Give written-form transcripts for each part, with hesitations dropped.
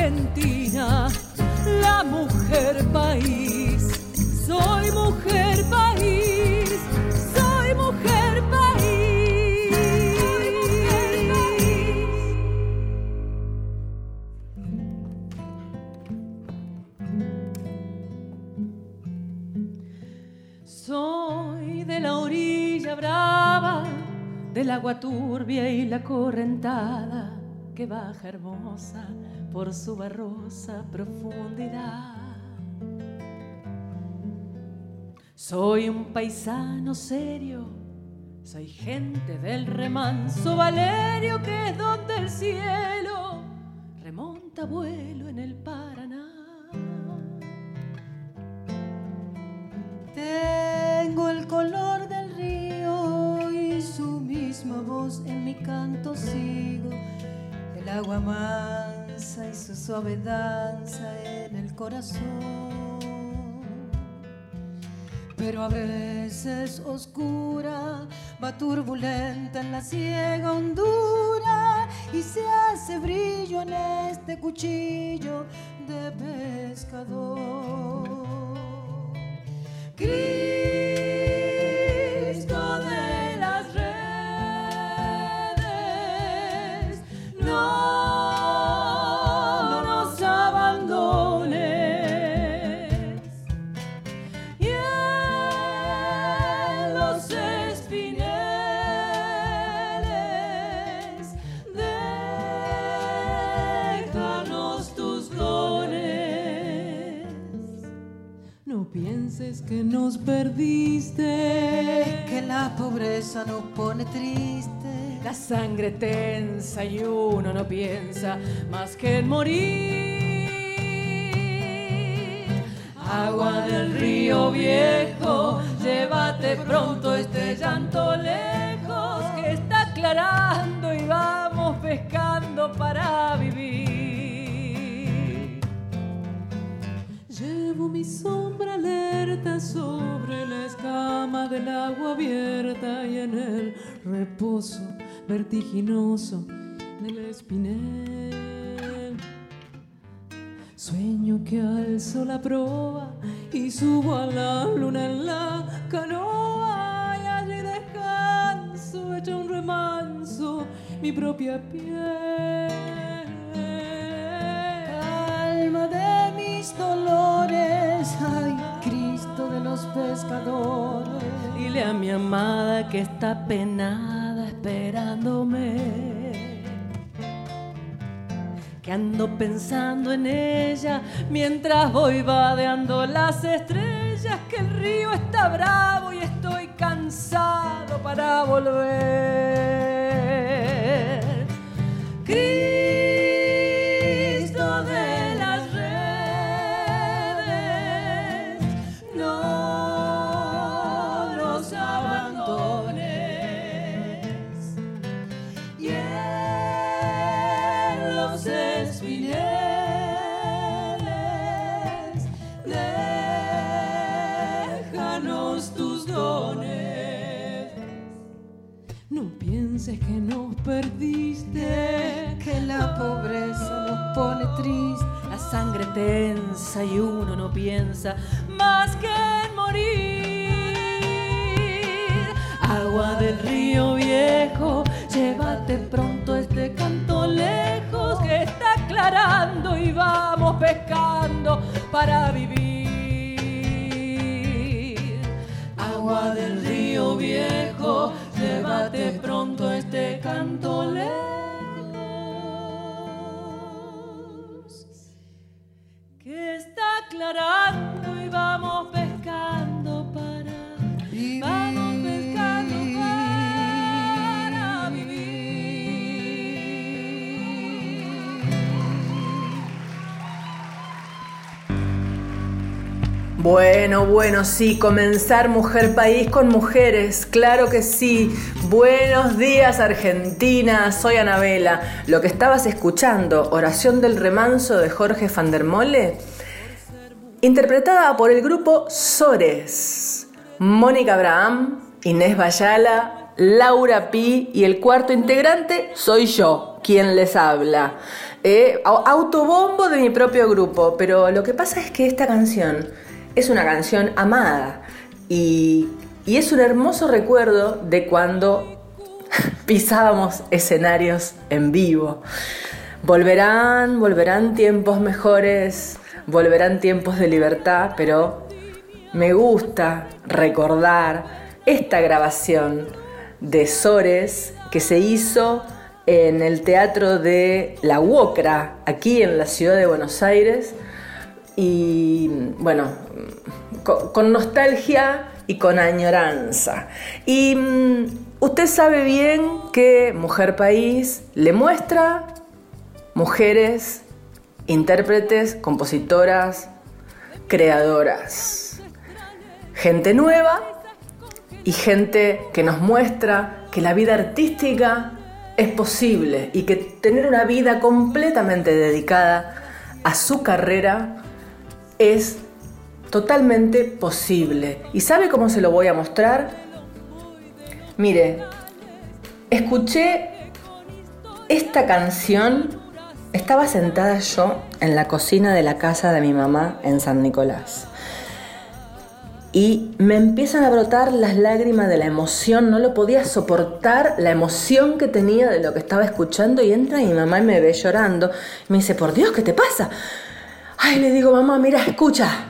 Argentina, la mujer país. Soy mujer país, soy mujer país. Soy de la orilla brava, del agua turbia y la correntada que baja hermosa por su barrosa profundidad. Soy un paisano serio, soy gente del remanso Valerio, que es donde el cielo remonta vuelo en el Paraná. Tengo el color del río y su misma voz en mi canto sigo, el agua mansa y su suave danza en el corazón. Pero a veces oscura, va turbulenta en la ciega hondura y se hace brillo en este cuchillo de pescador. Cristo de las redes, no nos abandones. Y en los espineles, déjanos tus dones. No pienses que nos perdiste, que la pobreza nos pone triste. La sangre tensa y uno no piensa más que en morir. Agua del río viejo, llévate pronto este llanto lejos, que está aclarando y vamos pescando para vivir. Llevo mi sombra alerta sobre la escama del agua abierta y en el reposo vertiginoso del espinel. Sueño que alzo la proa y subo a la luna en la canoa y allí descanso, hecho un remanso, mi propia piel. Calma de mis dolores, ay, Cristo de los pescadores. Dile a mi amada que está penada esperándome, que ando pensando en ella mientras voy vadeando las estrellas, que el río está bravo y estoy cansado para volver. Cristo de las redes, no nos abandones. Y en los espineles, déjanos tus dones. No pienses que nos perdiste, que la pobreza nos pone triste. la sangre tensa y uno no piensa más que en morir. Agua del río viejo, llévate pronto este canto lejos, que está aclarando y vamos pescando para vivir. Agua del río viejo, llévate pronto este canto lejos, que está aclarando y vamos pescando para vivir. Vamos pescando para vivir. Bueno, sí, comenzar Mujer País con mujeres, claro que sí. Buenos días, Argentina, soy Anabela. Lo que estabas escuchando, Oración del Remanso de Jorge van der Mole, interpretada por el grupo Sores, Mónica Abraham, Inés Bayala, Laura Pi y el cuarto integrante soy yo, quien les habla. Autobombo de mi propio grupo, pero lo que pasa es que esta canción es una canción amada y es un hermoso recuerdo de cuando pisábamos escenarios en vivo. Volverán tiempos mejores, volverán tiempos de libertad, pero me gusta recordar esta grabación de Sores que se hizo en el Teatro de La UOCRA, aquí en la ciudad de Buenos Aires, y bueno, con nostalgia y con añoranza. Y usted sabe bien que Mujer País le muestra mujeres, intérpretes, compositoras, creadoras, gente nueva y gente que nos muestra que la vida artística es posible y que tener una vida completamente dedicada a su carrera es totalmente posible. ¿Y sabe cómo se lo voy a mostrar? Mire, escuché esta canción, estaba sentada yo en la cocina de la casa de mi mamá en San Nicolás. Y me empiezan a brotar las lágrimas de la emoción, no lo podía soportar la emoción que tenía de lo que estaba escuchando, y entra mi mamá y me ve llorando. Me dice, por Dios, ¿qué te pasa? Ay, le digo, mamá, mira, escucha.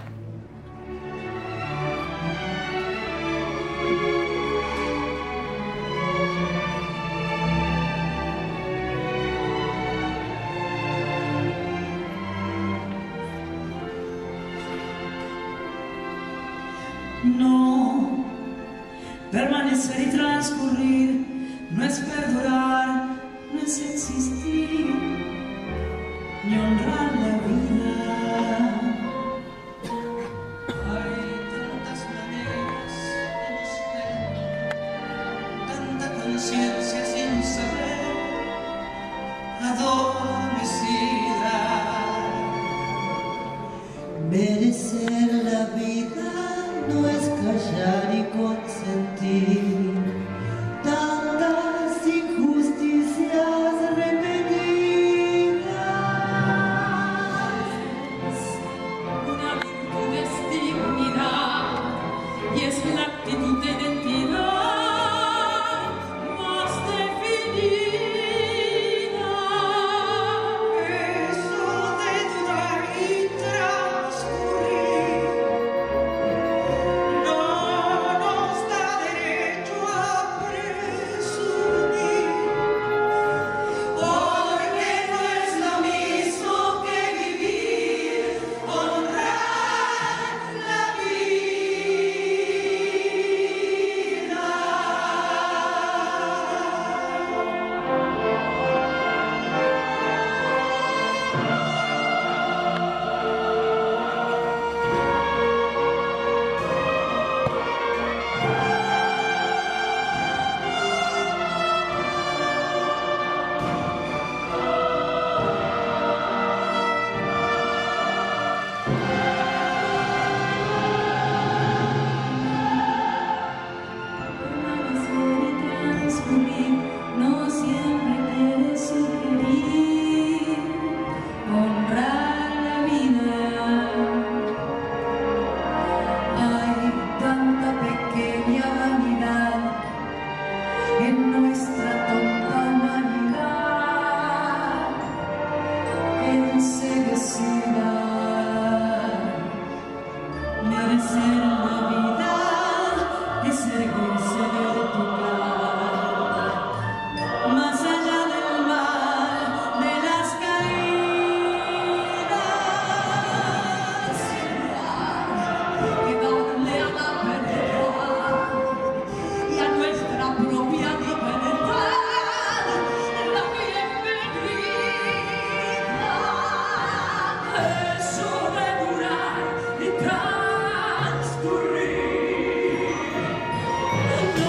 No, permanecer y transcurrir no es perdurar, no es existir, ni honrar la vida. Hay tantas maneras de no ser, tanta conciencia sin saber adormecida. Merecer la vida no es callar y consentir tantas injusticias repetidas. Una virtud es dignidad y es la actitud de identidad más definida. Eso de dudar y transcurrir no nos da derecho a presumir, porque no es lo mismo que vivir, honrar la vida. No siempre debe sugerir honrar la vida. Hay tanta pequeña vanidad en nuestra tonta humanidad, enseguecida. Merecer la vida es erguirse de tocar más allá del mal de las caídas, que darle a la verdad y a nuestra propia libertad la bienvenida. Eso de durar y transcurrir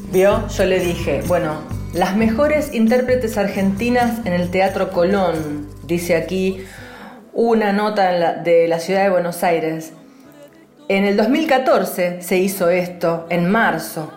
¿Vio? Yo le dije, bueno, las mejores intérpretes argentinas en el Teatro Colón, dice aquí una nota de la ciudad de Buenos Aires. En el 2014 se hizo esto, en marzo.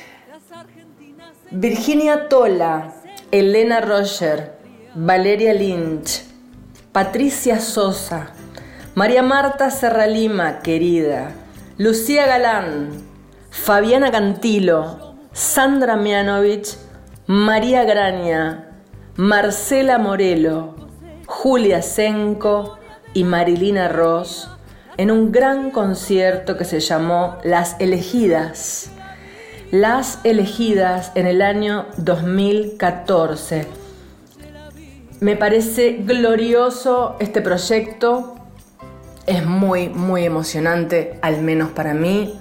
Virginia Tola, Elena Roger, Valeria Lynch, Patricia Sosa, María Marta Serralima, querida, Lucía Galán, Fabiana Cantilo, Sandra Mianovich, María Graña, Marcela Morelo, Julia Senko y Marilina Ross en un gran concierto que se llamó Las Elegidas. Las Elegidas en el año 2014. Me parece glorioso este proyecto. Es muy, muy emocionante, al menos para mí.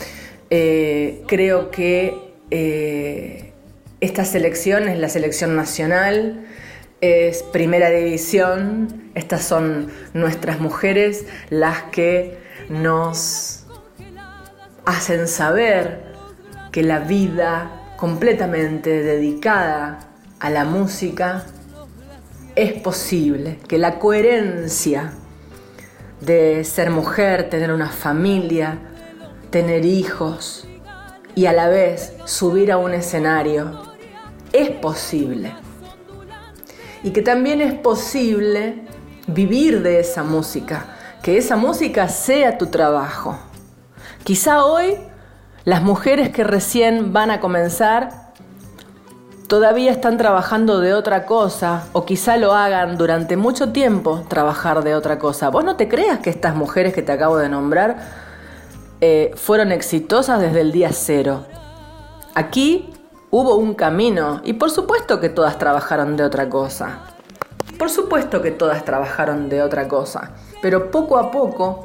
Creo que esta selección es la selección nacional, es primera división. Estas son nuestras mujeres las que nos hacen saber que la vida completamente dedicada a la música es posible, que la coherencia de ser mujer, tener una familia, tener hijos y a la vez subir a un escenario es posible. Y que también es posible vivir de esa música, que esa música sea tu trabajo. Quizá hoy las mujeres que recién van a comenzar todavía están trabajando de otra cosa, o quizá lo hagan durante mucho tiempo trabajar de otra cosa. Vos no te creas que estas mujeres que te acabo de nombrar fueron exitosas desde el día cero. Aquí hubo un camino y por supuesto que todas trabajaron de otra cosa. Por supuesto que todas trabajaron de otra cosa. Pero poco a poco,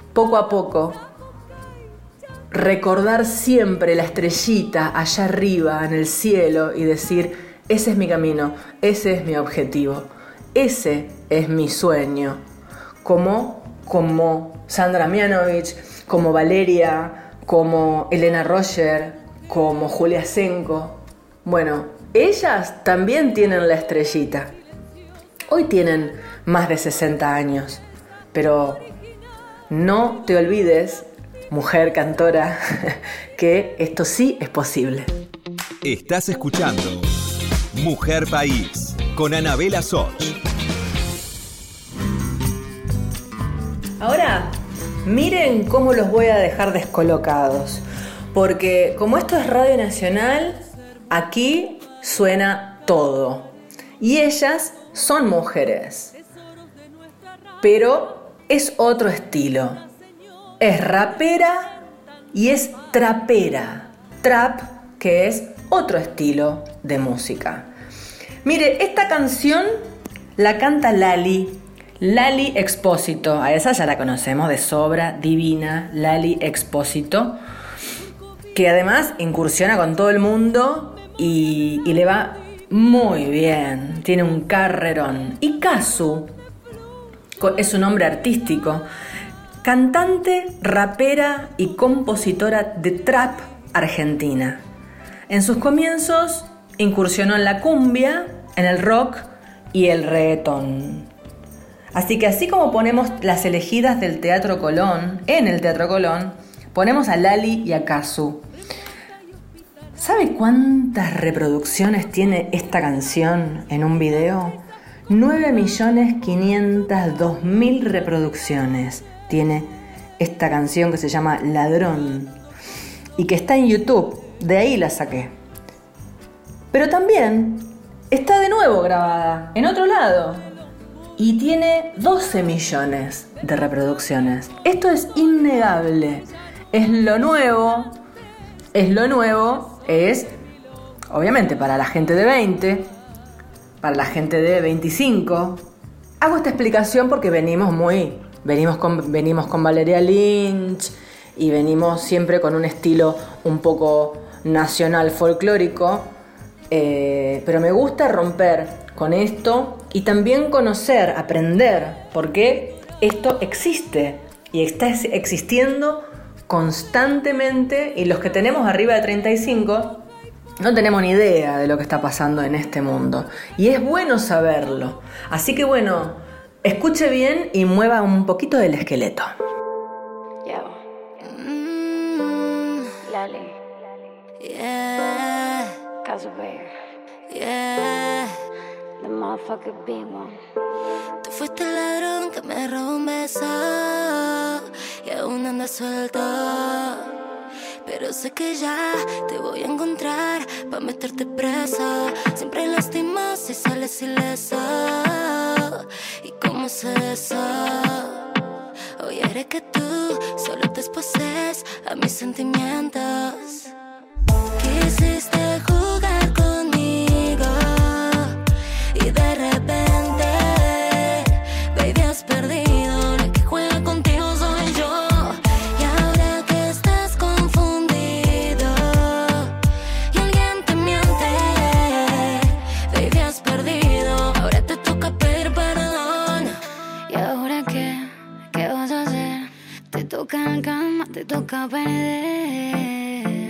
recordar siempre la estrellita allá arriba en el cielo y decir, ese es mi camino, ese es mi objetivo, ese es mi sueño. Como Sandra Mianovich, como Valeria, como Elena Roger, como Julia Senko. Bueno, ellas también tienen la estrellita. Hoy tienen más de 60 años, pero no te olvides, mujer cantora, que esto sí es posible. Estás escuchando Mujer País con Anabela Soch. Ahora, miren cómo los voy a dejar descolocados, porque como esto es Radio Nacional, aquí suena todo. Y ellas son mujeres, pero es otro estilo. Es rapera y es trapera. Trap, que es otro estilo de música. Mire, esta canción la canta Lali Expósito. A esa ya la conocemos de sobra, divina, Lali Expósito, que además incursiona con todo el mundo y le va muy bien. Tiene un carrerón. Y Kazu es su nombre artístico. Cantante, rapera y compositora de trap argentina. En sus comienzos incursionó en la cumbia, en el rock y el reggaetón. Así que así como ponemos las elegidas del Teatro Colón, en el Teatro Colón, ponemos a Lali y a Kazu. ¿Sabe cuántas reproducciones tiene esta canción en un video? 9.502.000 reproducciones tiene esta canción que se llama Ladrón y que está en YouTube, de ahí la saqué. Pero también está de nuevo grabada en otro lado y tiene 12 millones de reproducciones. Esto es innegable, es lo nuevo, es obviamente para la gente de 20, para la gente de 25. Hago esta explicación porque venimos con Valeria Lynch y venimos siempre con un estilo un poco nacional folclórico, pero me gusta romper con esto y también conocer, aprender, porque esto existe y está existiendo constantemente, y los que tenemos arriba de 35 no tenemos ni idea de lo que está pasando en este mundo. Y es bueno saberlo. Así que bueno, escuche bien y mueva un poquito del esqueleto. Lali. Yeah. Casu Bear. Yeah. The motherfucking big one. Tú fuiste el ladrón que me robó un beso y aún andas suelto. Pero sé que ya te voy a encontrar pa' meterte presa. Siempre lastimas y sales ileso. ¿Y cómo sé eso? Hoy haré que tú solo te exposes a mis sentimientos. Quisiste jugar conmigo y de repente, baby, has perdido. La que juega contigo soy yo. Y ahora que estás confundido y alguien te miente, baby, has perdido. Ahora te toca pedir perdón. ¿Y ahora qué? ¿Qué vas a hacer? Te toca en cama, te toca perder.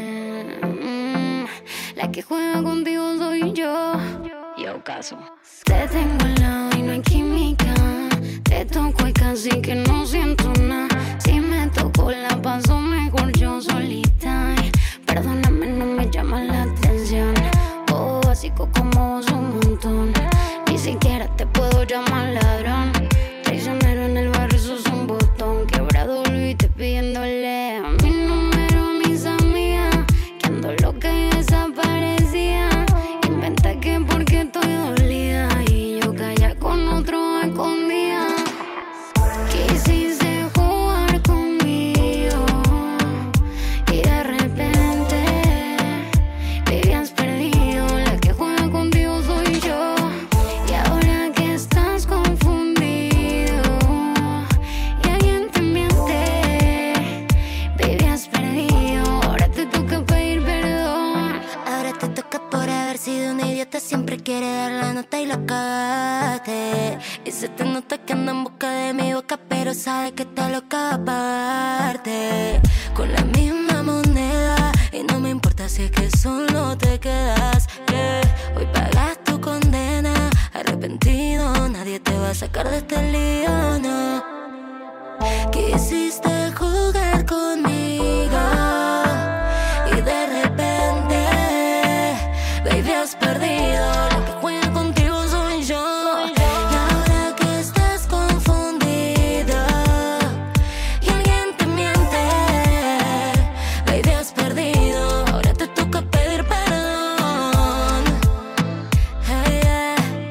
La que juega contigo soy yo. Yo caso. Te tengo al lado y no hay química. Te toco y casi que no siento nada. Si me toco la paso mejor yo solita. Perdóname, no me llama la atención. Oh, básico como vos un montón. Ni siquiera te puedo llamar ladrón. Traicionero en el barrio, sos un botón. Quebrado y te pidiéndole a mi número, a mis amigas. Que ando loca y desaparecía. Inventa que porque estoy dolida y yo calla con otro escondida. Quisiste jugar conmigo y de repente vivías perdido. La que juega contigo soy yo. Y ahora que estás confundido y alguien te miente, vivías perdido. Ahora te toca pedir perdón. Ahora te toca por haber sido un idiota. Siempre quiere dar la nota y la cagaste. Y se te nota que anda en busca de mi boca, pero sabe que te lo aparte. Con la misma moneda y no me importa si es que solo te quedas. Hoy pagas tu condena. Arrepentido, nadie te va a sacar de este lío, no. Quisiste jugar conmigo y de repente, baby, has perdido. La que juega contigo soy yo. Y ahora que estás confundido y alguien te miente, baby, has perdido. Ahora te toca pedir perdón. Hey, yeah.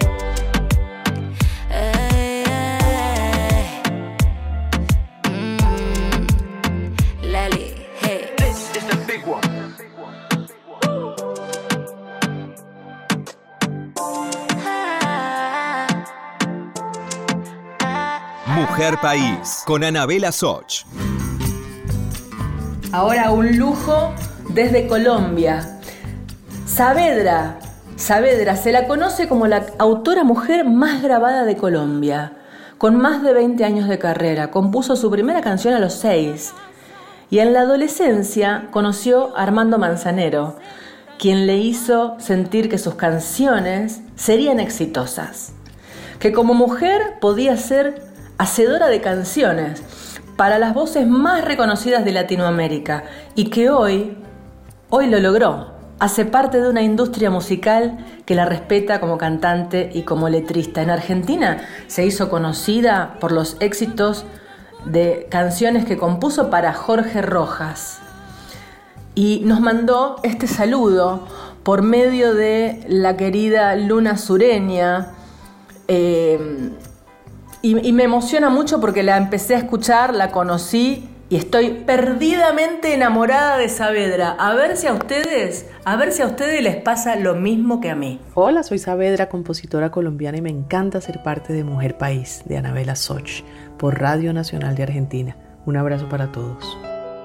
Hey, yeah. Lali, hey. This is the big one. Mujer País, con Anabela Soch. Ahora un lujo desde Colombia. Saavedra se la conoce como la autora mujer más grabada de Colombia. Con más de 20 años de carrera, compuso su primera canción a los 6. Y en la adolescencia conoció a Armando Manzanero, quien le hizo sentir que sus canciones serían exitosas. Que como mujer podía ser hacedora de canciones para las voces más reconocidas de Latinoamérica y que hoy lo logró. Hace parte de una industria musical que la respeta como cantante y como letrista. En Argentina se hizo conocida por los éxitos de canciones que compuso para Jorge Rojas. Y nos mandó este saludo por medio de la querida Luna Sureña. Y me emociona mucho porque la empecé a escuchar, la conocí y estoy perdidamente enamorada de Saavedra. A ver si a ustedes les pasa lo mismo que a mí. Hola, soy Saavedra, compositora colombiana, y me encanta ser parte de Mujer País, de Anabela Soch, por Radio Nacional de Argentina. Un abrazo para todos.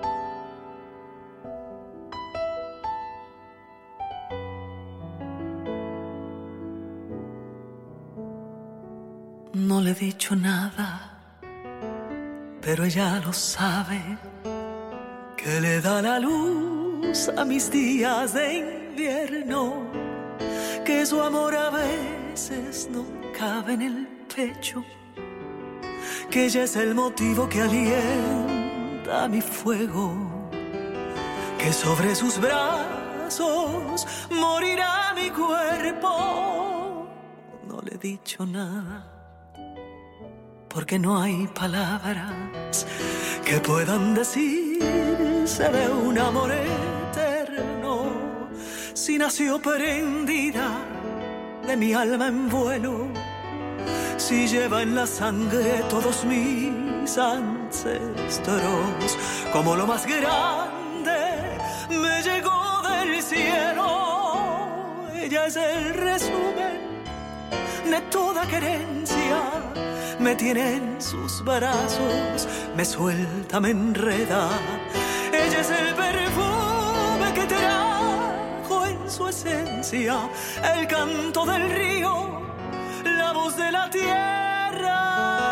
No le he dicho nada, pero ella lo sabe, que le da la luz a mis días de invierno, que su amor a veces no cabe en el pecho, que ella es el motivo que alienta mi fuego, que sobre sus brazos morirá mi cuerpo. No le he dicho nada, porque no hay palabras que puedan decirse de un amor eterno. Si nació prendida de mi alma en vuelo, si lleva en la sangre todos mis ancestros, como lo más grande me llegó del cielo. Ella es el resumen de toda querencia, me tiene en sus brazos, me suelta, me enreda. Ella es el perfume que trajo en su esencia, el canto del río, la voz de la tierra.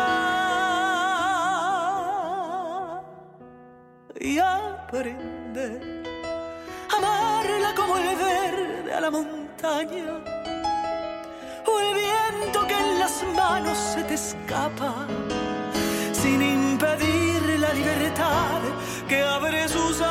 Y aprende a amarla como el verde a la montaña, o el viento que en las manos se te escapa, sin impedir la libertad que abre sus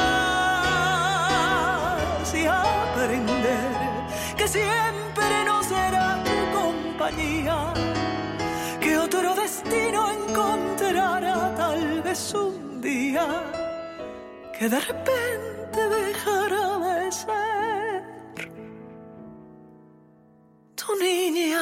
alas. Y aprender que siempre no será tu compañía, que otro destino encontrará tal vez un día, que de repente dejará de ser tu niña.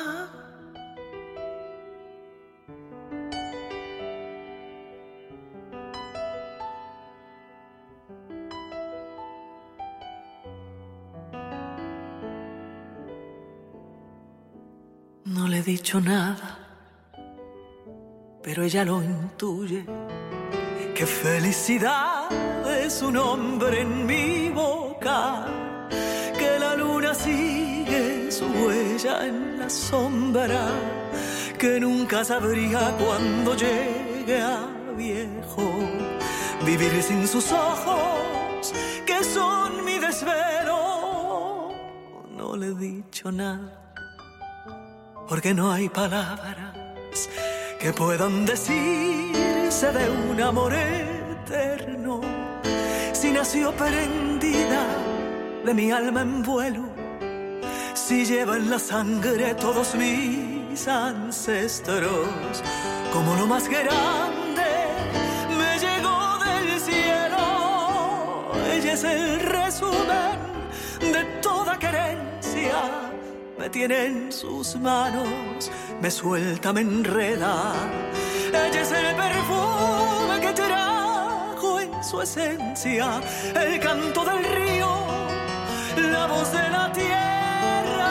No le he dicho nada, pero ella lo intuye. Qué felicidad es un hombre en mi boca, que la luna sigue su huella en la sombra, que nunca sabría cuando llegue a viejo vivir sin sus ojos, que son mi desvelo. No le he dicho nada, porque no hay palabras que puedan decirse de un amor eterno. Si nació prendida de mi alma en vuelo, si lleva en la sangre todos mis ancestros, como lo más grande me llegó del cielo. Ella es el resumen de toda querencia, me tiene en sus manos, me suelta, me enreda. Ella es el perfume que trajo en su esencia, el canto del río, la voz de la tierra.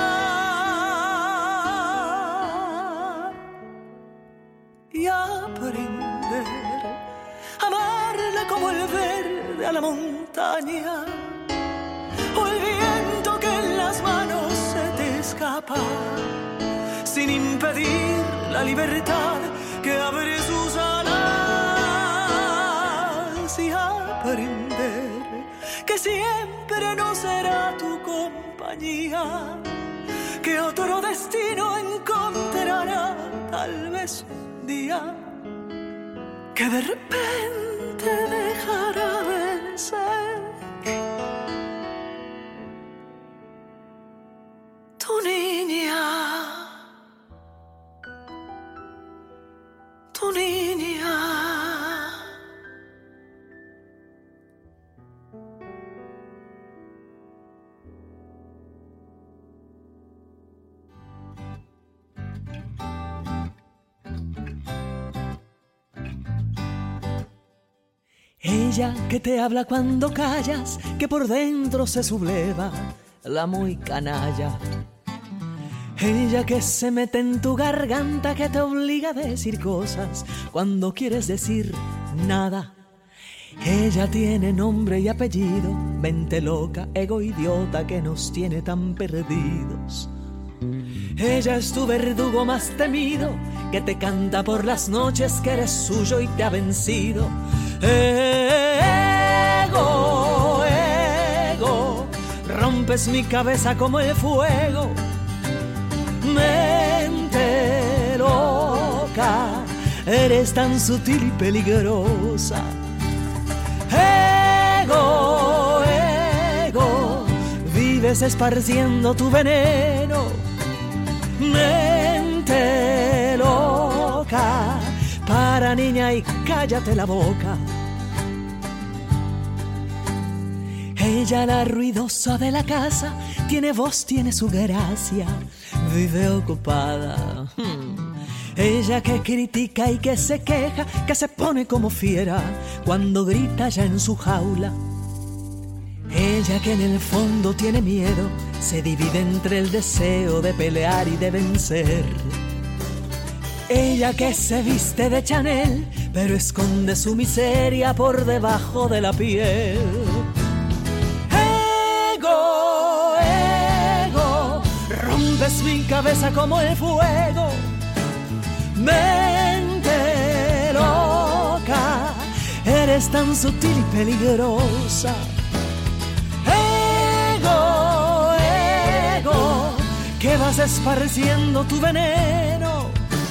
Y aprender a amarla como el verde a la montaña, o el viento que en las manos se te escapa, sin impedir la libertad que abre sus alas. Y aprender que siempre no será tu compañía, que otro destino encontrará tal vez un día, que de repente dejará de ser tu niña, tu niña. Ella que te habla cuando callas, que por dentro se subleva la muy canalla. Ella que se mete en tu garganta, que te obliga a decir cosas cuando quieres decir nada. Ella tiene nombre y apellido, mente loca, ego idiota que nos tiene tan perdidos. Ella es tu verdugo más temido, que te canta por las noches que eres suyo y te ha vencido. Ego, ego, rompe rompes mi cabeza como el fuego. Mente loca, eres tan sutil y peligrosa. Ego, ego, vives esparciendo tu veneno. Mente loca, para niña y cállate la boca. Ella, la ruidosa de la casa, tiene voz, tiene su gracia, vive ocupada. Ella que critica y que se queja, que se pone como fiera cuando grita ya en su jaula. Ella que en el fondo tiene miedo, se divide entre el deseo de pelear y de vencer. Ella que se viste de Chanel, pero esconde su miseria por debajo de la piel. Ego, ego, rompes mi cabeza como el fuego. Mente loca, eres tan sutil y peligrosa. Ego, ego, que vas esparciendo tu veneno.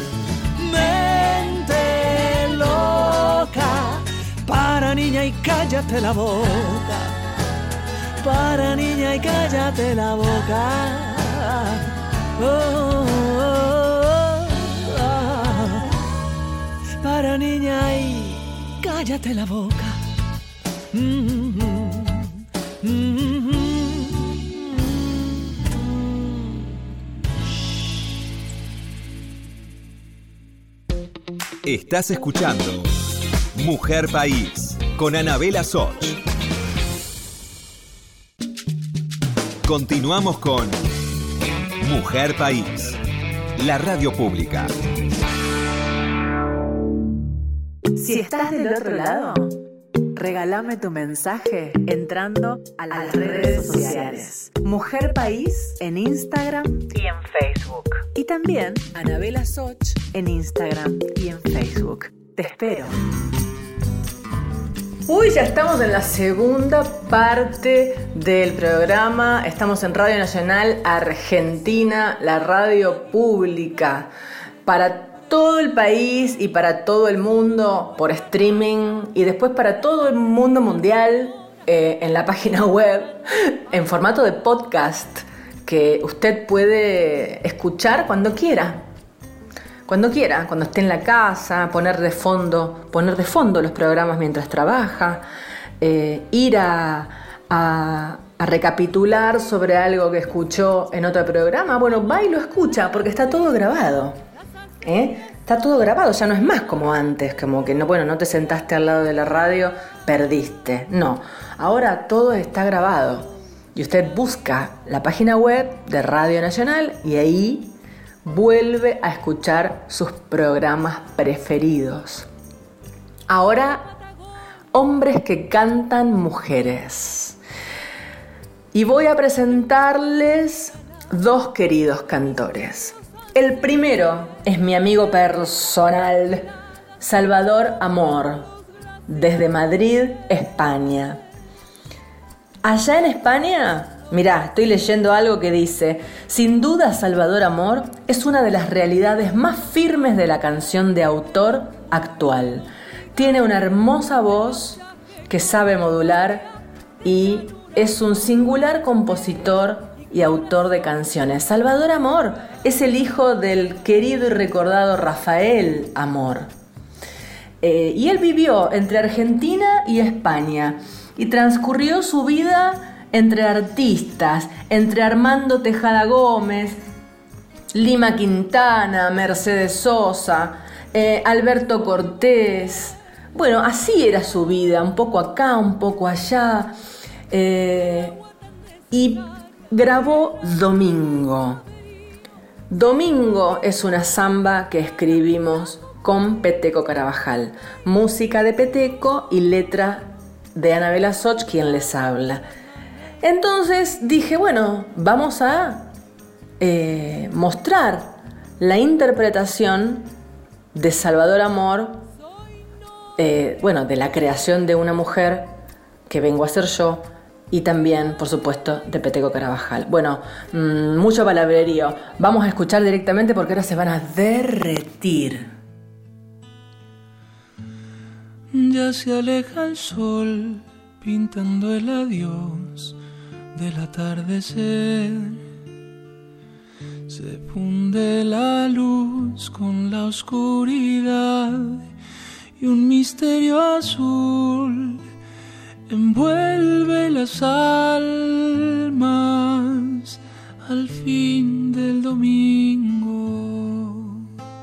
Mente loca, para niña y cállate la boca. Para niña y cállate la boca. Oh, oh, oh. Para niña y cállate la boca. Estás escuchando Mujer País con Anabela Soch. Continuamos con Mujer País, la radio pública. Si estás del otro lado, regálame tu mensaje entrando a las redes sociales. Mujer País en Instagram y en Facebook. Y también Anabela Soch en Instagram y en Facebook. Te espero. Uy, ya estamos en la segunda parte del programa. Estamos en Radio Nacional Argentina, la radio pública, para todo el país y para todo el mundo por streaming, y después para todo el mundo mundial en la página web en formato de podcast que usted puede escuchar cuando quiera. Cuando quiera, cuando esté en la casa, poner de fondo los programas mientras trabaja, ir a recapitular sobre algo que escuchó en otro programa. Bueno, va y lo escucha porque está todo grabado. Está todo grabado, ya no es más como antes, como que no te sentaste al lado de la radio, perdiste. No, ahora todo está grabado y usted busca la página web de Radio Nacional y ahí vuelve a escuchar sus programas preferidos. Ahora, hombres que cantan mujeres. Y voy a presentarles dos queridos cantores. El primero es mi amigo personal, Salvador Amor, desde Madrid, España. Allá en España, mirá, estoy leyendo algo que dice: sin duda Salvador Amor es una de las realidades más firmes de la canción de autor actual. Tiene una hermosa voz que sabe modular y es un singular compositor y autor de canciones. Salvador Amor es el hijo del querido y recordado Rafael Amor. Y él vivió entre Argentina y España y transcurrió su vida entre artistas, entre Armando Tejada Gómez, Lima Quintana, Mercedes Sosa, Alberto Cortés. Bueno, así era su vida, un poco acá, un poco allá. Y grabó Domingo. Domingo es una samba que escribimos con Peteco Carabajal. Música de Peteco y letra de Anabela Soch, quien les habla. Entonces dije, bueno, vamos a mostrar la interpretación de Salvador Amor, de la creación de una mujer que vengo a ser yo, y también, por supuesto, de Peteco Carabajal. Bueno, mucho palabrerío. Vamos a escuchar directamente porque ahora se van a derretir. Ya se aleja el sol pintando el adiós del atardecer. Se funde la luz con la oscuridad y un misterio azul envuelve las almas al fin del domingo.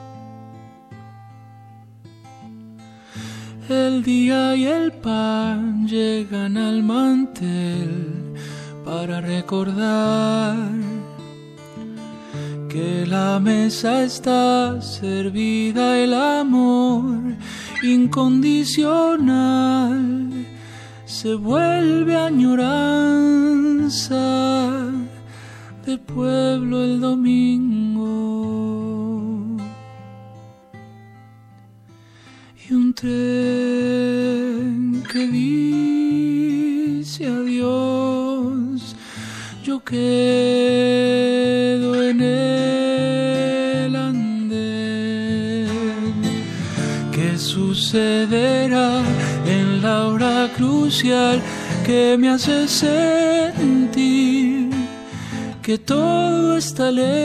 El día y el pan llegan al mantel para recordar que la mesa está servida, el amor incondicional se vuelve añoranza de pueblo el domingo. Y un tren que dice adiós, yo quedo en el andén. ¿Qué sucederá en la hora crucial que me hace sentir que todo está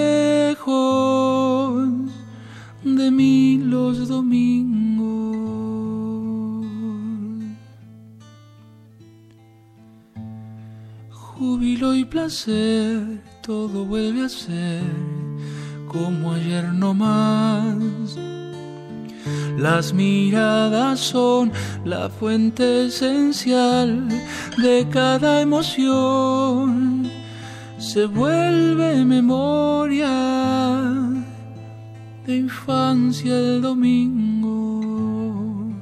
lejos de mí los domingos? Júbilo y placer, todo vuelve a ser como ayer no más. Las miradas son la fuente esencial de cada emoción. Se vuelve memoria de infancia el domingo.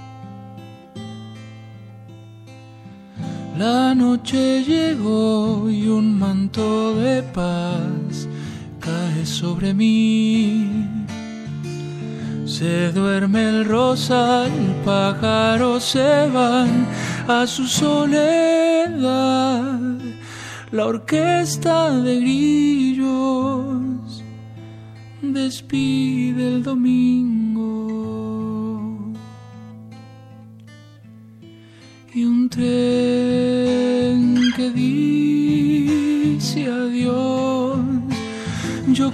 La noche llegó y un manto de paz cae sobre mí. Se duerme el rosal, pájaros se van a su soledad. La orquesta de grillos despide el domingo. Y un tren que dice adiós, yo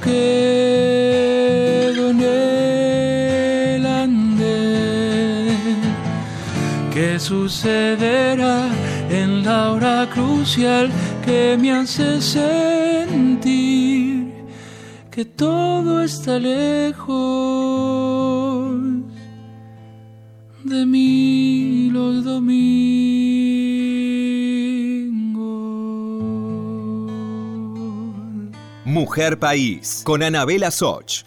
quedo en el andén. ¿Qué sucederá en la hora crucial que me hace sentir que todo está lejos de mí los domingos? Mujer País, con Anabela Soch.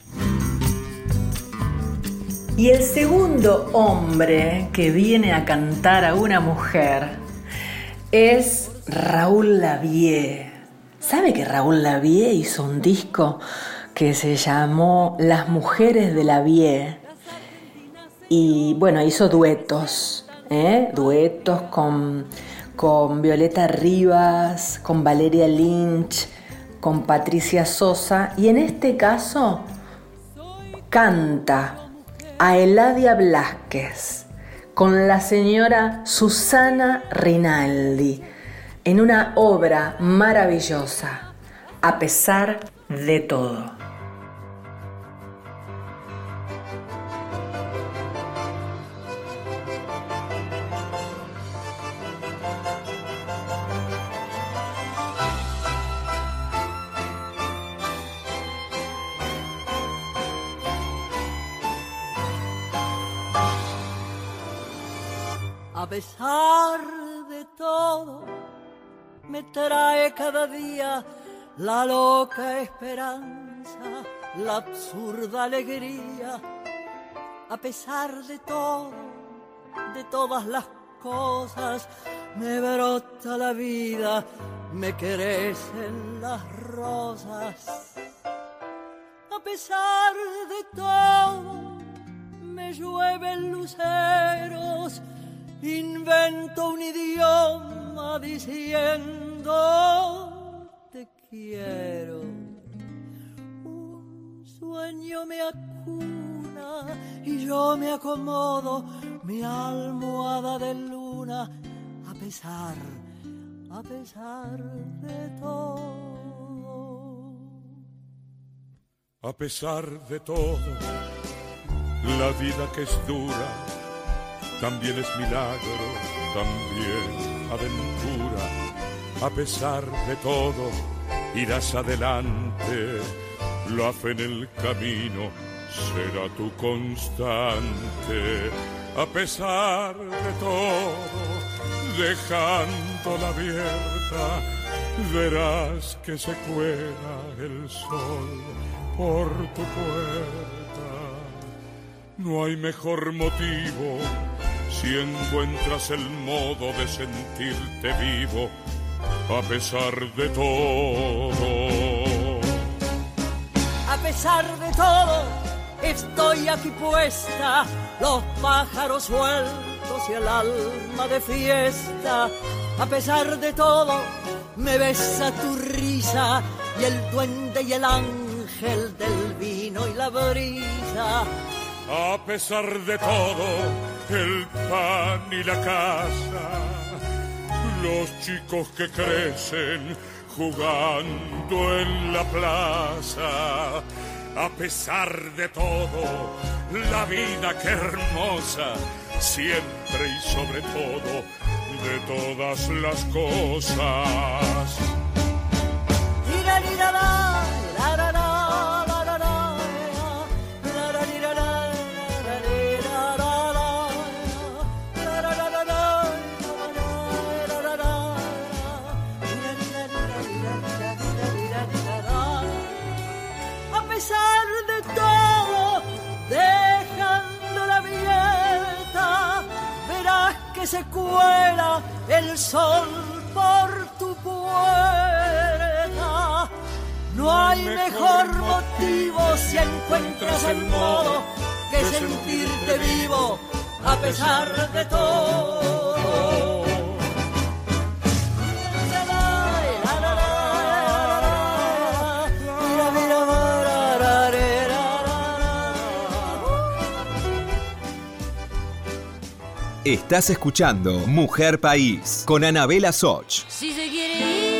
Y el segundo hombre que viene a cantar a una mujer es Raúl Lavie. ¿Sabe que Raúl Lavie hizo un disco que se llamó Las Mujeres de Lavie? Y bueno, hizo duetos, duetos con Violeta Rivas, con Valeria Lynch, con Patricia Sosa, y en este caso canta a Eladia Blasquez con la señora Susana Rinaldi en una obra maravillosa, A pesar de todo. A pesar de todo, me trae cada día la loca esperanza, la absurda alegría. A pesar de todo, de todas las cosas, me brota la vida, me crecen las rosas. A pesar de todo, me llueven luceros, invento un idioma alma diciendo te quiero. Un sueño me acuna y yo me acomodo mi almohada de luna a pesar de todo. A pesar de todo, la vida que es dura también es milagro, también aventura. A pesar de todo, irás adelante, la fe en el camino será tu constante. A pesar de todo, dejándola abierta, verás que se cuela el sol por tu puerta. No hay mejor motivo si encuentras el modo de sentirte vivo, a pesar de todo. A pesar de todo, estoy aquí puesta, los pájaros sueltos y el alma de fiesta. A pesar de todo, me besa tu risa y el duende y el ángel del vino y la brisa. A pesar de todo, el pan y la casa, los chicos que crecen jugando en la plaza. A pesar de todo, la vida que hermosa, siempre y sobre todo, de todas las cosas. A pesar de todo, dejándola abierta, verás que se cuela el sol por tu puerta. No hay mejor motivo si encuentras el modo que sentirte vivo a pesar de todo. Estás escuchando Mujer País con Anabela Soch. Si se quiere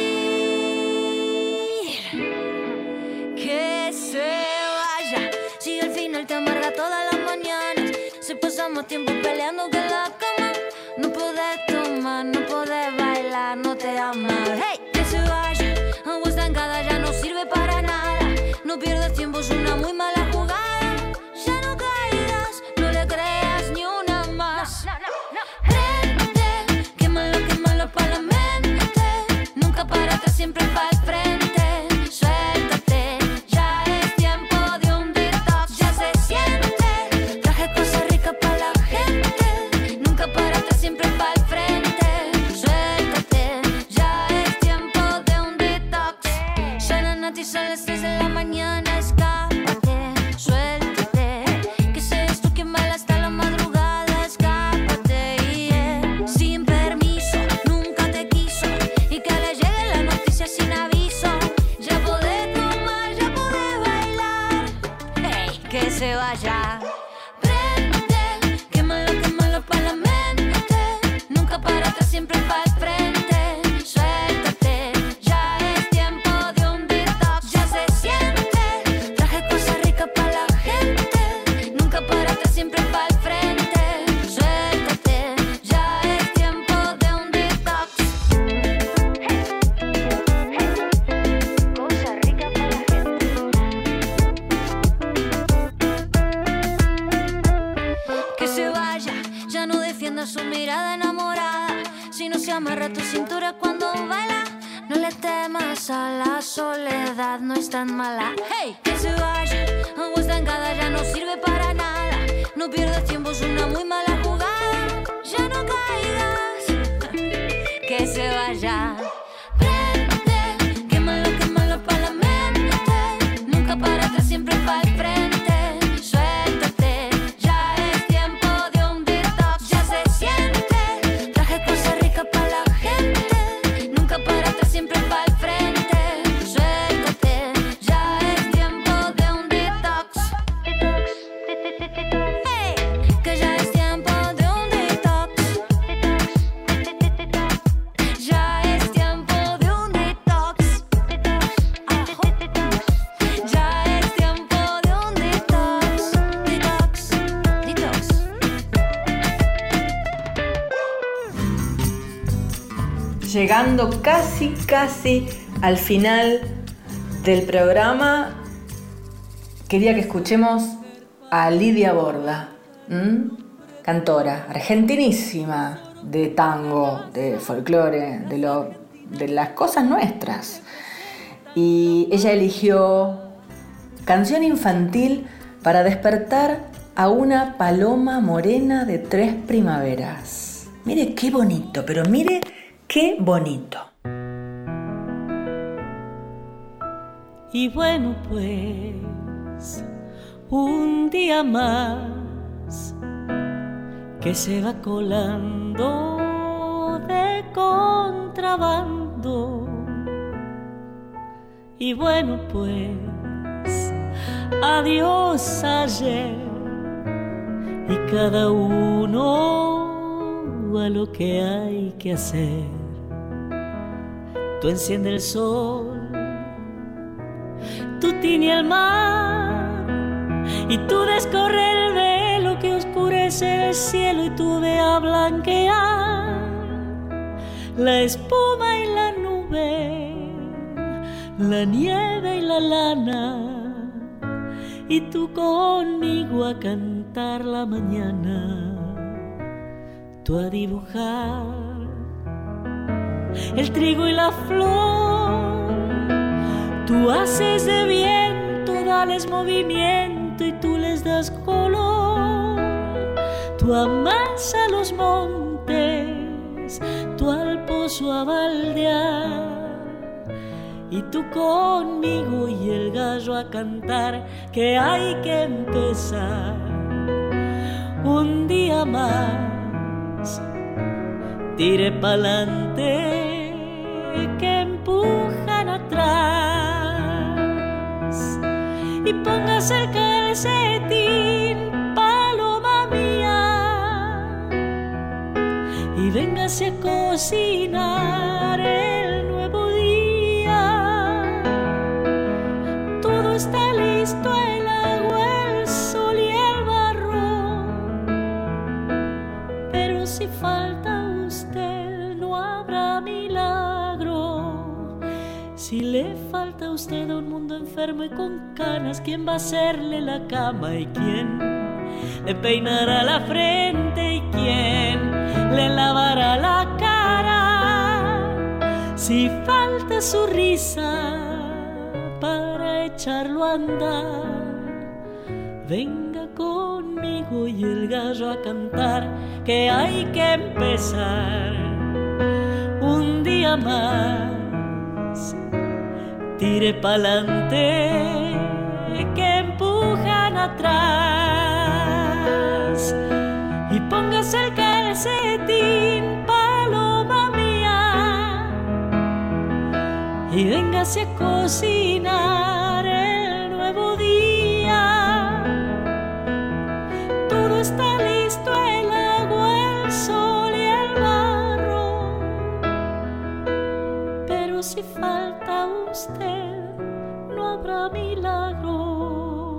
ir, que se vaya. Si al final te amarga todas las mañanas, si pasamos tiempo peleando que la cama, no podés tomar, no podés bailar, no te amas. Hey, que se vaya, agua estancada ya no sirve para nada. No pierdas tiempo, es una muy mala jugada. Ya no caigas, no le creas ni una más. Pa' la mente, nunca para atrás, siempre pa' el frente. Suéltate, ya es tiempo de un detox, ya se siente. Traje cosas ricas pa' la gente, nunca para atrás, siempre pa' el frente. Suéltate, ya es tiempo de un detox. Suena Nati, son las 6 de la mañana, escápate, suéltate. Que seas tú quien baila hasta la madrugada, escápate, yeah. Sin permiso, sin aviso, ya podés tomar, ya podés bailar. Hey, que se vaya. Prende, quémalo pa' la mente. Nunca para atrás, siempre pa' el frente. Suéltate, ya es tiempo de un detox, ya se siente. Traje cosas ricas pa' la gente. Nunca para atrás, siempre pa' el frente. Suéltate, ya es tiempo de un detox. Su mirada enamorada, si no se amarra tu cintura cuando baila, no le temas a la soledad, no es tan mala. Hey, que se vaya, agua estancada ya no sirve para nada. No pierdas tiempo, es una muy mala jugada. Ya no caigas, que se vaya. Prende, quémalo pa' la mente. Nunca para atrás, siempre pa' el frente. Suéltate, ya es tiempo de un detox, ya se siente. Traje cosas ricas pa' la gente. llegando casi al final del programa. Quería que escuchemos a Lidia Borda, cantora argentinísima de tango, de folclore, de las cosas nuestras. Y ella eligió Canción Infantil para despertar a una paloma morena de 3 primaveras. Mire qué bonito, pero mire qué bonito. Y bueno, pues, un día más que se va colando de contrabando. Y bueno, pues, adiós ayer, y cada uno a lo que hay que hacer. Tú enciende el sol, tú tiñe el mar, y tú descorre el velo que oscurece el cielo, y tú ve a blanquear la espuma y la nube, la nieve y la lana, y tú conmigo a cantar la mañana, tú a dibujar el trigo y la flor, tú haces de viento, dales movimiento y tú les das color, tú amas a los montes, tú al pozo a baldear, y tú conmigo y el gallo a cantar, que hay que empezar un día más. Tire pa'lante que empujan atrás, y póngase el calcetín, paloma mía, y véngase a cocinar el nuevo día. Todo está listo, el agua, el sol y el barro, pero si falta usted no habrá milagro. Si le falta a usted a un mundo enfermo y con canas, ¿quién va a hacerle la cama y quién le peinará la frente y quién le lavará la cara? Si falta su risa para echarlo a andar, venga conmigo y el gallo a cantar, que hay que empezar un día más. Tire pa'lante que empujan atrás, y póngase el calcetín, paloma mía, y véngase a cocinar el nuevo día. Todo está listo, el agua, el sol y el barro, pero si falta usted no habrá milagro.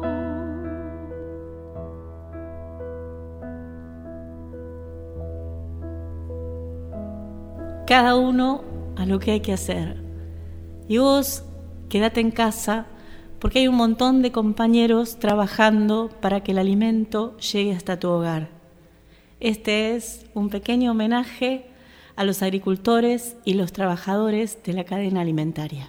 Cada uno a lo que hay que hacer, y vos quédate en casa, porque hay un montón de compañeros trabajando para que el alimento llegue hasta tu hogar. Este es un pequeño homenaje a los agricultores y los trabajadores de la cadena alimentaria.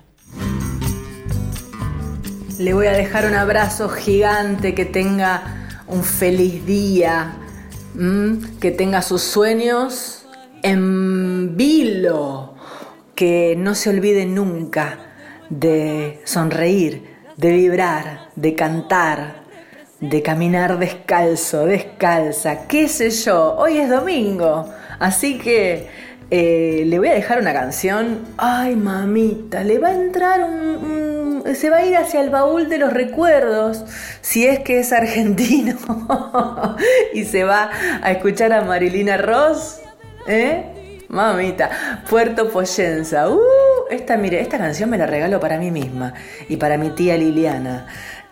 Le voy a dejar un abrazo gigante, que tenga un feliz día, que tenga sus sueños en vilo, que no se olvide nunca de sonreír, de vibrar, de cantar, de caminar descalzo, descalza, qué sé yo. Hoy es domingo, así que le voy a dejar una canción. Ay, mamita, le va a entrar se va a ir hacia el baúl de los recuerdos, si es que es argentino, y se va a escuchar a Marilina Ross, mamita, Puerto Poyensa. Mire, esta canción me la regalo para mí misma y para mi tía Liliana,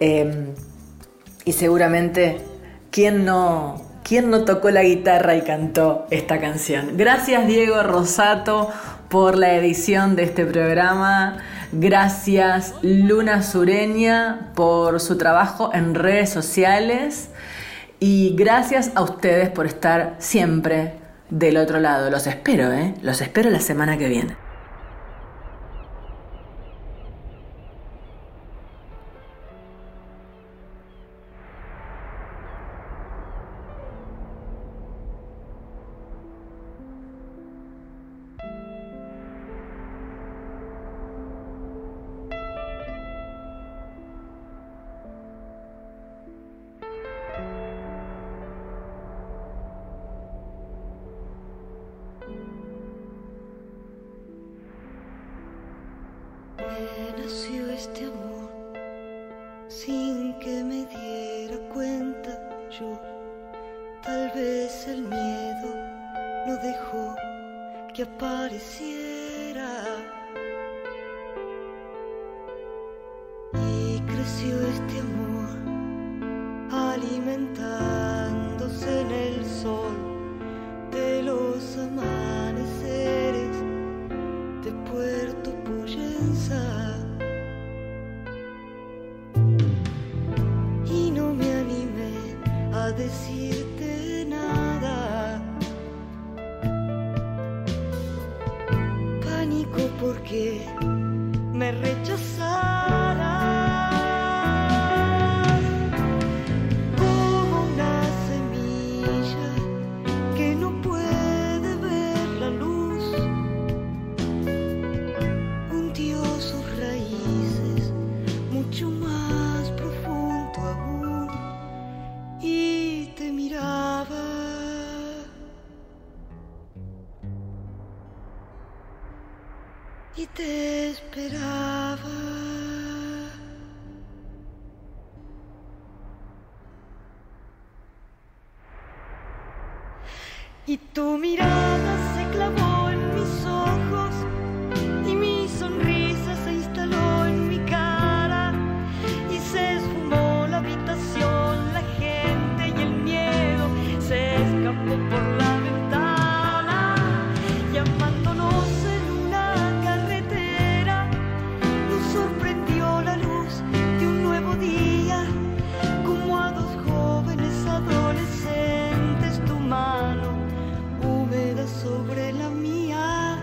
y seguramente ¿quién no tocó la guitarra y cantó esta canción? Gracias, Diego Rosato, por la edición de este programa. Gracias Luna Sureña por su trabajo en redes sociales. Y gracias a ustedes por estar siempre del otro lado. Los espero, Los espero la semana que viene. Nació este amor sin que me diera cuenta yo. Tal vez el miedo no dejó que apareciera. Y creció este amor alimentándose en el sol de los amaneceres de Puerto Poyensa. Y no me animé a decirte nada. Pánico porque me rechazarás. Como una semilla que no puede ver la luz, hundió sus raíces mucho más profundo aún. Y te miraba y te esperaba. Y tu mirada se clavó en mis ojos y mi sonrisa se instaló en mi cara. Y se esfumó la habitación, la gente y el miedo se escapó por la ventana. Llamándonos en una carretera, nos sorprendió la luz de un nuevo día. Como a dos jóvenes adolescentes, tu mano húmeda sobre la mía.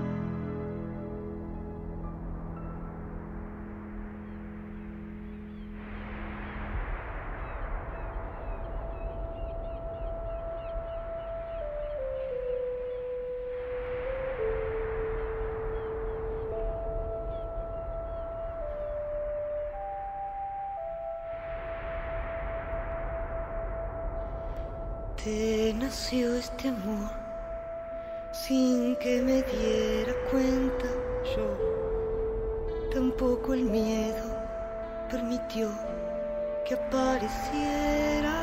Te nació este amor sin que me diera cuenta yo. Tampoco el miedo permitió que apareciera.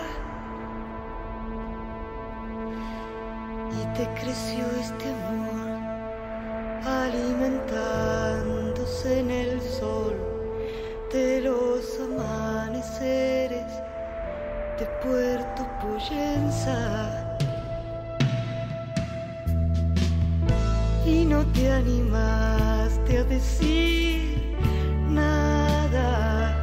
Y te creció este amor alimentándose en el sol de los amaneceres de Puerto Poyensa. Y no te animaste a decir nada.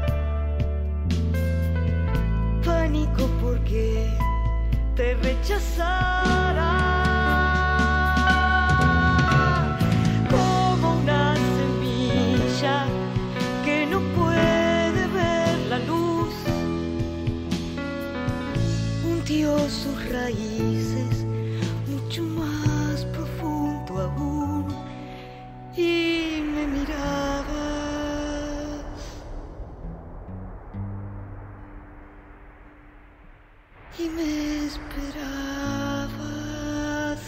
Pánico porque te rechazara. Como una semilla que no puede ver la luz, hundió sus raíces mucho más profundo aún. Y me mirabas y me esperabas.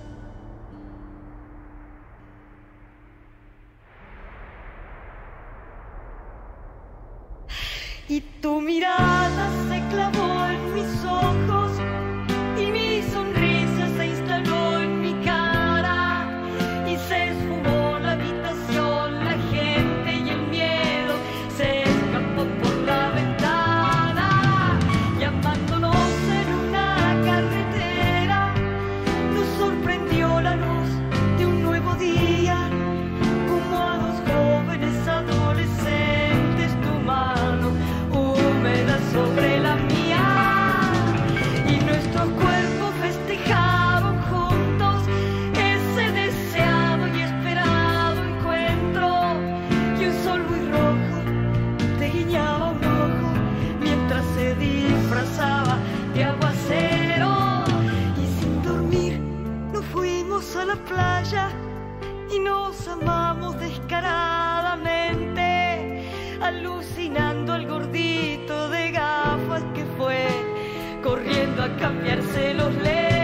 Y tu mirada se clavó en mis ojos y mi sonrisa se instaló en mi cara. Y se esfumó la habitación, la gente y el miedo se escapó por la ventana. Llamándonos en una carretera, nos sorprendió la luz de un nuevo día. fuimos a la playa y nos amamos descaradamente, alucinando al gordito de gafas que fue corriendo a cambiarse los lentes.